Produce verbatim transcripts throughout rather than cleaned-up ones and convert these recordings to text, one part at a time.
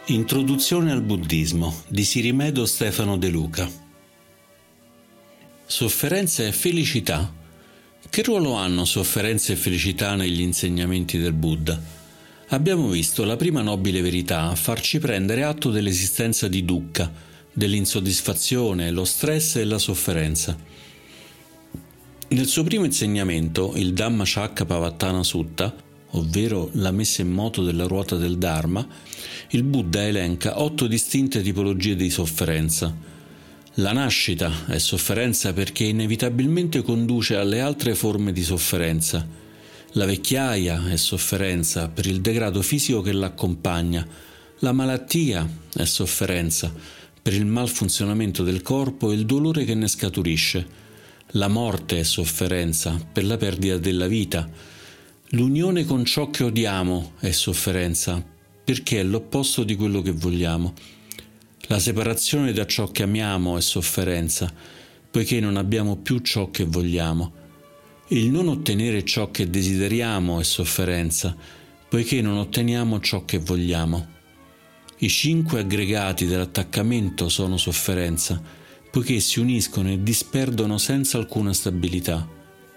Introduzione al buddismo di Sirimedo Stefano De Luca. Sofferenza e felicità. Che ruolo hanno sofferenza e felicità negli insegnamenti del Buddha? Abbiamo visto la prima nobile verità farci prendere atto dell'esistenza di dukkha, dell'insoddisfazione, lo stress e la sofferenza. Nel suo primo insegnamento, il Dhammacakkappavattana Sutta, ovvero la messa in moto della ruota del Dharma, il Buddha elenca otto distinte tipologie di sofferenza. La nascita è sofferenza perché inevitabilmente conduce alle altre forme di sofferenza. La vecchiaia è sofferenza per il degrado fisico che l'accompagna. La malattia è sofferenza per il malfunzionamento del corpo e il dolore che ne scaturisce. La morte è sofferenza per la perdita della vita. L'unione con ciò che odiamo è sofferenza, perché è l'opposto di quello che vogliamo. La separazione da ciò che amiamo è sofferenza, poiché non abbiamo più ciò che vogliamo. Il non ottenere ciò che desideriamo è sofferenza, poiché non otteniamo ciò che vogliamo. I cinque aggregati dell'attaccamento sono sofferenza, poiché si uniscono e disperdono senza alcuna stabilità.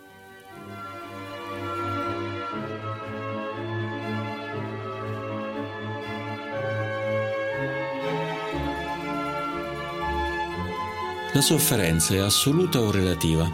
La sofferenza è assoluta o relativa?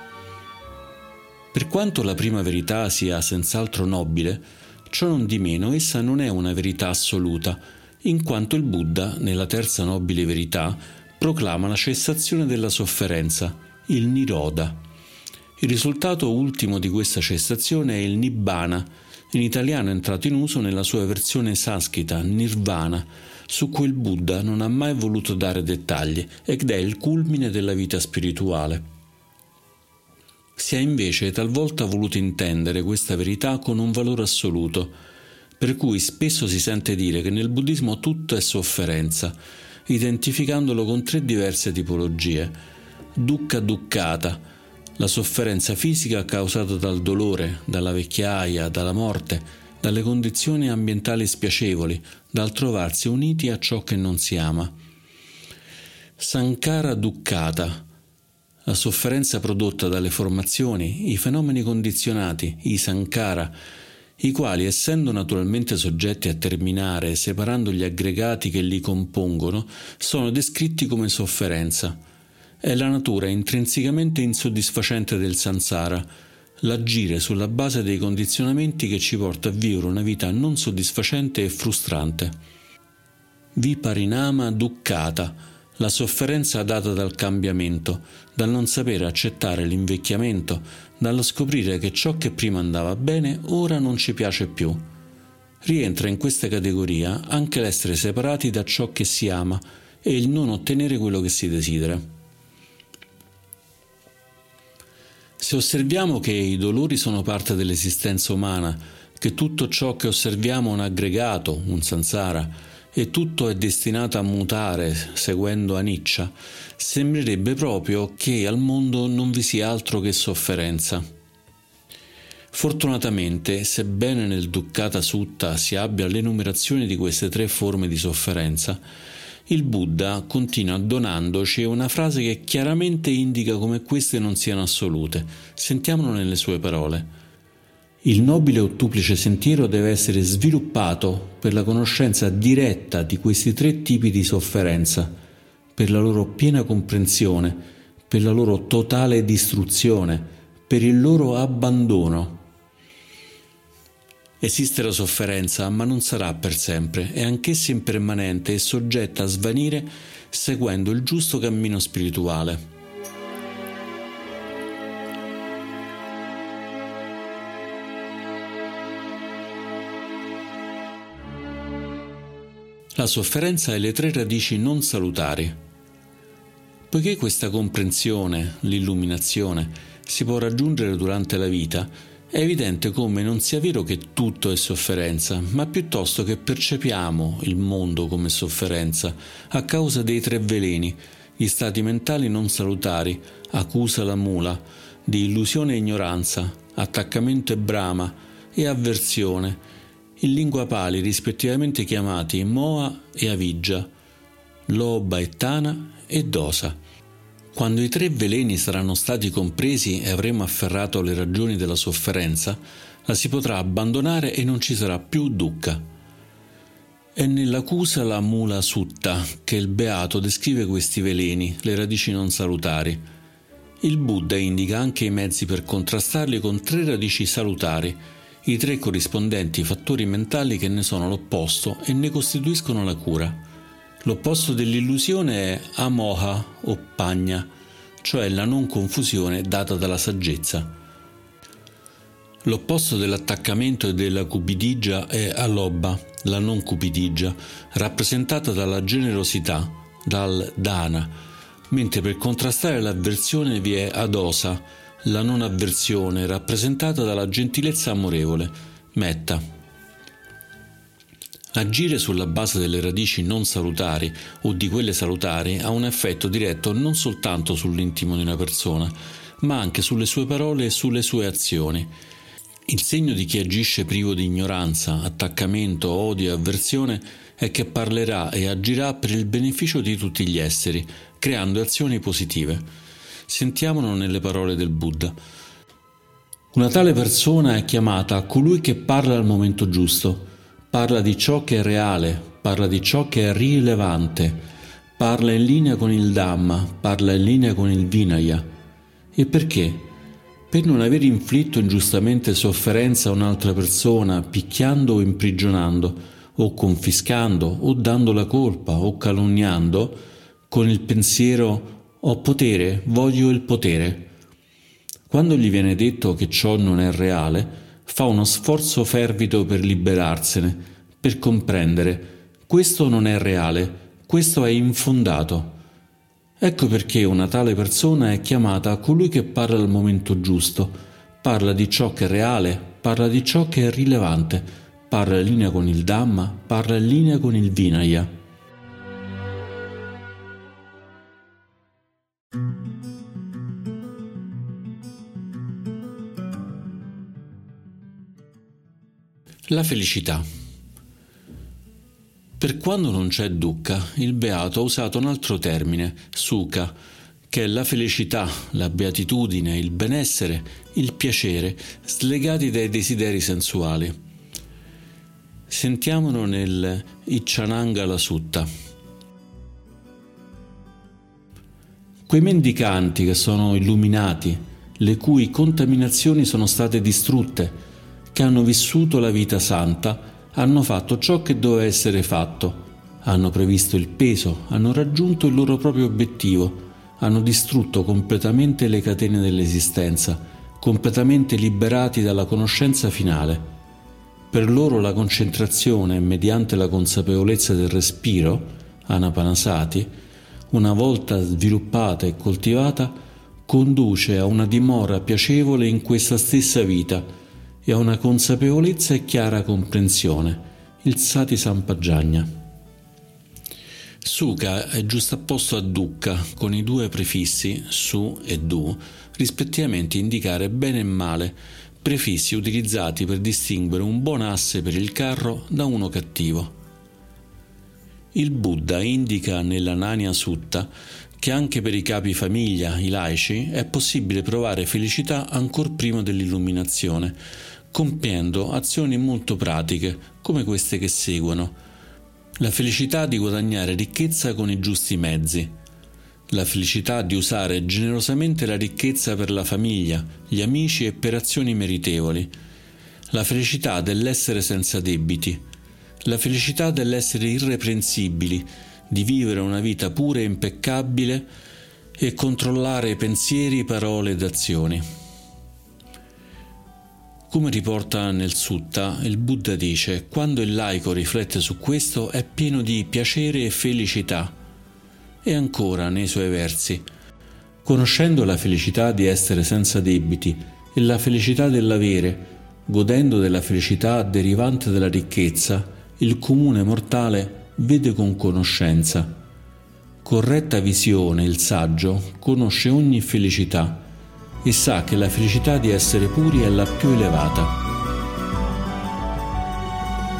Per quanto la prima verità sia senz'altro nobile, ciò non di meno essa non è una verità assoluta, in quanto il Buddha, nella terza nobile verità, proclama la cessazione della sofferenza, il Nirodha. Il risultato ultimo di questa cessazione è il Nibbana, in italiano è entrato in uso nella sua versione sanscrita, Nirvana, su cui il Buddha non ha mai voluto dare dettagli ed è il culmine della vita spirituale. Si è invece talvolta voluto intendere questa verità con un valore assoluto, per cui spesso si sente dire che nel buddismo tutto è sofferenza, identificandolo con tre diverse tipologie. Dukkha dukkhata, la sofferenza fisica causata dal dolore, dalla vecchiaia, dalla morte, dalle condizioni ambientali spiacevoli, dal trovarsi uniti a ciò che non si ama. Sankhara dukkhata, la sofferenza prodotta dalle formazioni, i fenomeni condizionati, i sankhara, i quali, essendo naturalmente soggetti a terminare separando gli aggregati che li compongono, sono descritti come sofferenza. È la natura intrinsecamente insoddisfacente del samsara, l'agire sulla base dei condizionamenti che ci porta a vivere una vita non soddisfacente e frustrante. Viparinama dukkhata, la sofferenza data dal cambiamento, dal non sapere accettare l'invecchiamento, dallo scoprire che ciò che prima andava bene ora non ci piace più. Rientra in questa categoria anche l'essere separati da ciò che si ama e il non ottenere quello che si desidera. Se osserviamo che i dolori sono parte dell'esistenza umana, che tutto ciò che osserviamo è un aggregato, un samsara, e tutto è destinato a mutare seguendo anicca, sembrerebbe proprio che al mondo non vi sia altro che sofferenza. Fortunatamente, sebbene nel Dukkhata Sutta si abbia l'enumerazione di queste tre forme di sofferenza, il Buddha continua donandoci una frase che chiaramente indica come queste non siano assolute. Sentiamolo nelle sue parole. Il nobile ottuplice sentiero deve essere sviluppato per la conoscenza diretta di questi tre tipi di sofferenza, per la loro piena comprensione, per la loro totale distruzione, per il loro abbandono. Esiste la sofferenza, ma non sarà per sempre, è anch'essa impermanente e soggetta a svanire seguendo il giusto cammino spirituale. La sofferenza e le tre radici non salutari. Poiché questa comprensione, l'illuminazione, si può raggiungere durante la vita, è evidente come non sia vero che tutto è sofferenza, ma piuttosto che percepiamo il mondo come sofferenza a causa dei tre veleni, gli stati mentali non salutari, accusa la mula, di illusione e ignoranza, attaccamento e brama e avversione, in lingua pali rispettivamente chiamati Moha e Avijja, Lobha e Tana e Dosa. Quando i tre veleni saranno stati compresi e avremo afferrato le ragioni della sofferenza, la si potrà abbandonare e non ci sarà più dukkha. È nella Kusala Mula Sutta che il Beato descrive questi veleni, le radici non salutari. Il Buddha indica anche i mezzi per contrastarli con tre radici salutari, i tre corrispondenti fattori mentali che ne sono l'opposto e ne costituiscono la cura. L'opposto dell'illusione è amoha o pagna, cioè la non confusione data dalla saggezza. L'opposto dell'attaccamento e della cupidigia è alobha, la non cupidigia, rappresentata dalla generosità, dal dana, mentre per contrastare l'avversione vi è adosa, la non avversione, rappresentata dalla gentilezza amorevole, metta. Agire sulla base delle radici non salutari o di quelle salutari ha un effetto diretto non soltanto sull'intimo di una persona, ma anche sulle sue parole e sulle sue azioni. Il segno di chi agisce privo di ignoranza, attaccamento, odio e avversione è che parlerà e agirà per il beneficio di tutti gli esseri, creando azioni positive. Sentiamolo nelle parole del Buddha. Una tale persona è chiamata colui che parla al momento giusto. Parla di ciò che è reale, parla di ciò che è rilevante, parla in linea con il Dhamma, parla in linea con il Vinaya. E perché? Per non aver inflitto ingiustamente sofferenza a un'altra persona, picchiando o imprigionando, o confiscando, o dando la colpa, o calunniando, con il pensiero «ho potere, voglio il potere». Quando gli viene detto che ciò non è reale, fa uno sforzo fervido per liberarsene, per comprendere questo non è reale, questo è infondato. Ecco perché una tale persona è chiamata colui che parla al momento giusto, parla di ciò che è reale, parla di ciò che è rilevante, parla in linea con il Dhamma, parla in linea con il Vinaya. La felicità. Per quando non c'è dukkha, il Beato ha usato un altro termine, sukha, che è la felicità, la beatitudine, il benessere, il piacere, slegati dai desideri sensuali. Sentiamolo nel Iccanangala Sutta. Quei mendicanti che sono illuminati, le cui contaminazioni sono state distrutte, che hanno vissuto la vita santa, hanno fatto ciò che doveva essere fatto, hanno previsto il peso, hanno raggiunto il loro proprio obiettivo, hanno distrutto completamente le catene dell'esistenza, completamente liberati dalla conoscenza finale. Per loro la concentrazione, mediante la consapevolezza del respiro, anapanasati, una volta sviluppata e coltivata, conduce a una dimora piacevole in questa stessa vita, e a una consapevolezza e chiara comprensione, il Sati Sampajanya. Sukha è giustapposto a dukkha con i due prefissi su e du, rispettivamente indicare bene e male, prefissi utilizzati per distinguere un buon asse per il carro da uno cattivo. Il Buddha indica nella Nāṇya Sutta che anche per i capi famiglia, i laici, è possibile provare felicità ancor prima dell'illuminazione, compiendo azioni molto pratiche, come queste che seguono. La felicità di guadagnare ricchezza con i giusti mezzi. La felicità di usare generosamente la ricchezza per la famiglia, gli amici e per azioni meritevoli. La felicità dell'essere senza debiti. La felicità dell'essere irreprensibili, di vivere una vita pura e impeccabile e controllare pensieri, parole ed azioni. Come riporta nel Sutta, il Buddha dice: quando il laico riflette su questo è pieno di piacere e felicità. E ancora nei suoi versi: conoscendo la felicità di essere senza debiti e la felicità dell'avere, godendo della felicità derivante dalla ricchezza, il comune mortale vede con conoscenza. Corretta visione, il saggio conosce ogni felicità e sa che la felicità di essere puri è la più elevata.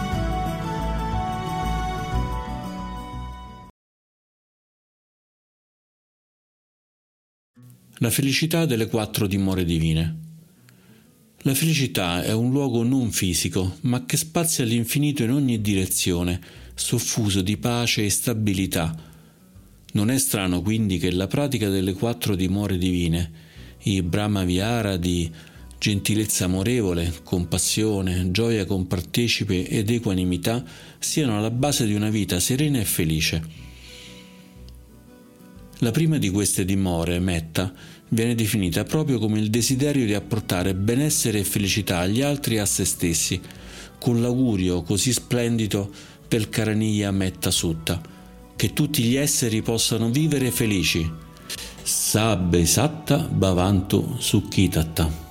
La felicità delle quattro dimore divine. La felicità è un luogo non fisico, ma che spazia all'infinito in ogni direzione, soffuso di pace e stabilità. Non è strano quindi che la pratica delle quattro dimore divine, i Brahma Vihara di gentilezza amorevole, compassione, gioia compartecipe ed equanimità, siano alla base di una vita serena e felice. La prima di queste dimore, Metta, viene definita proprio come il desiderio di apportare benessere e felicità agli altri e a se stessi, con l'augurio così splendido per Karaniya Metta Sutta, che tutti gli esseri possano vivere felici. Sabbe Satta Bhavantu Sukhitatta.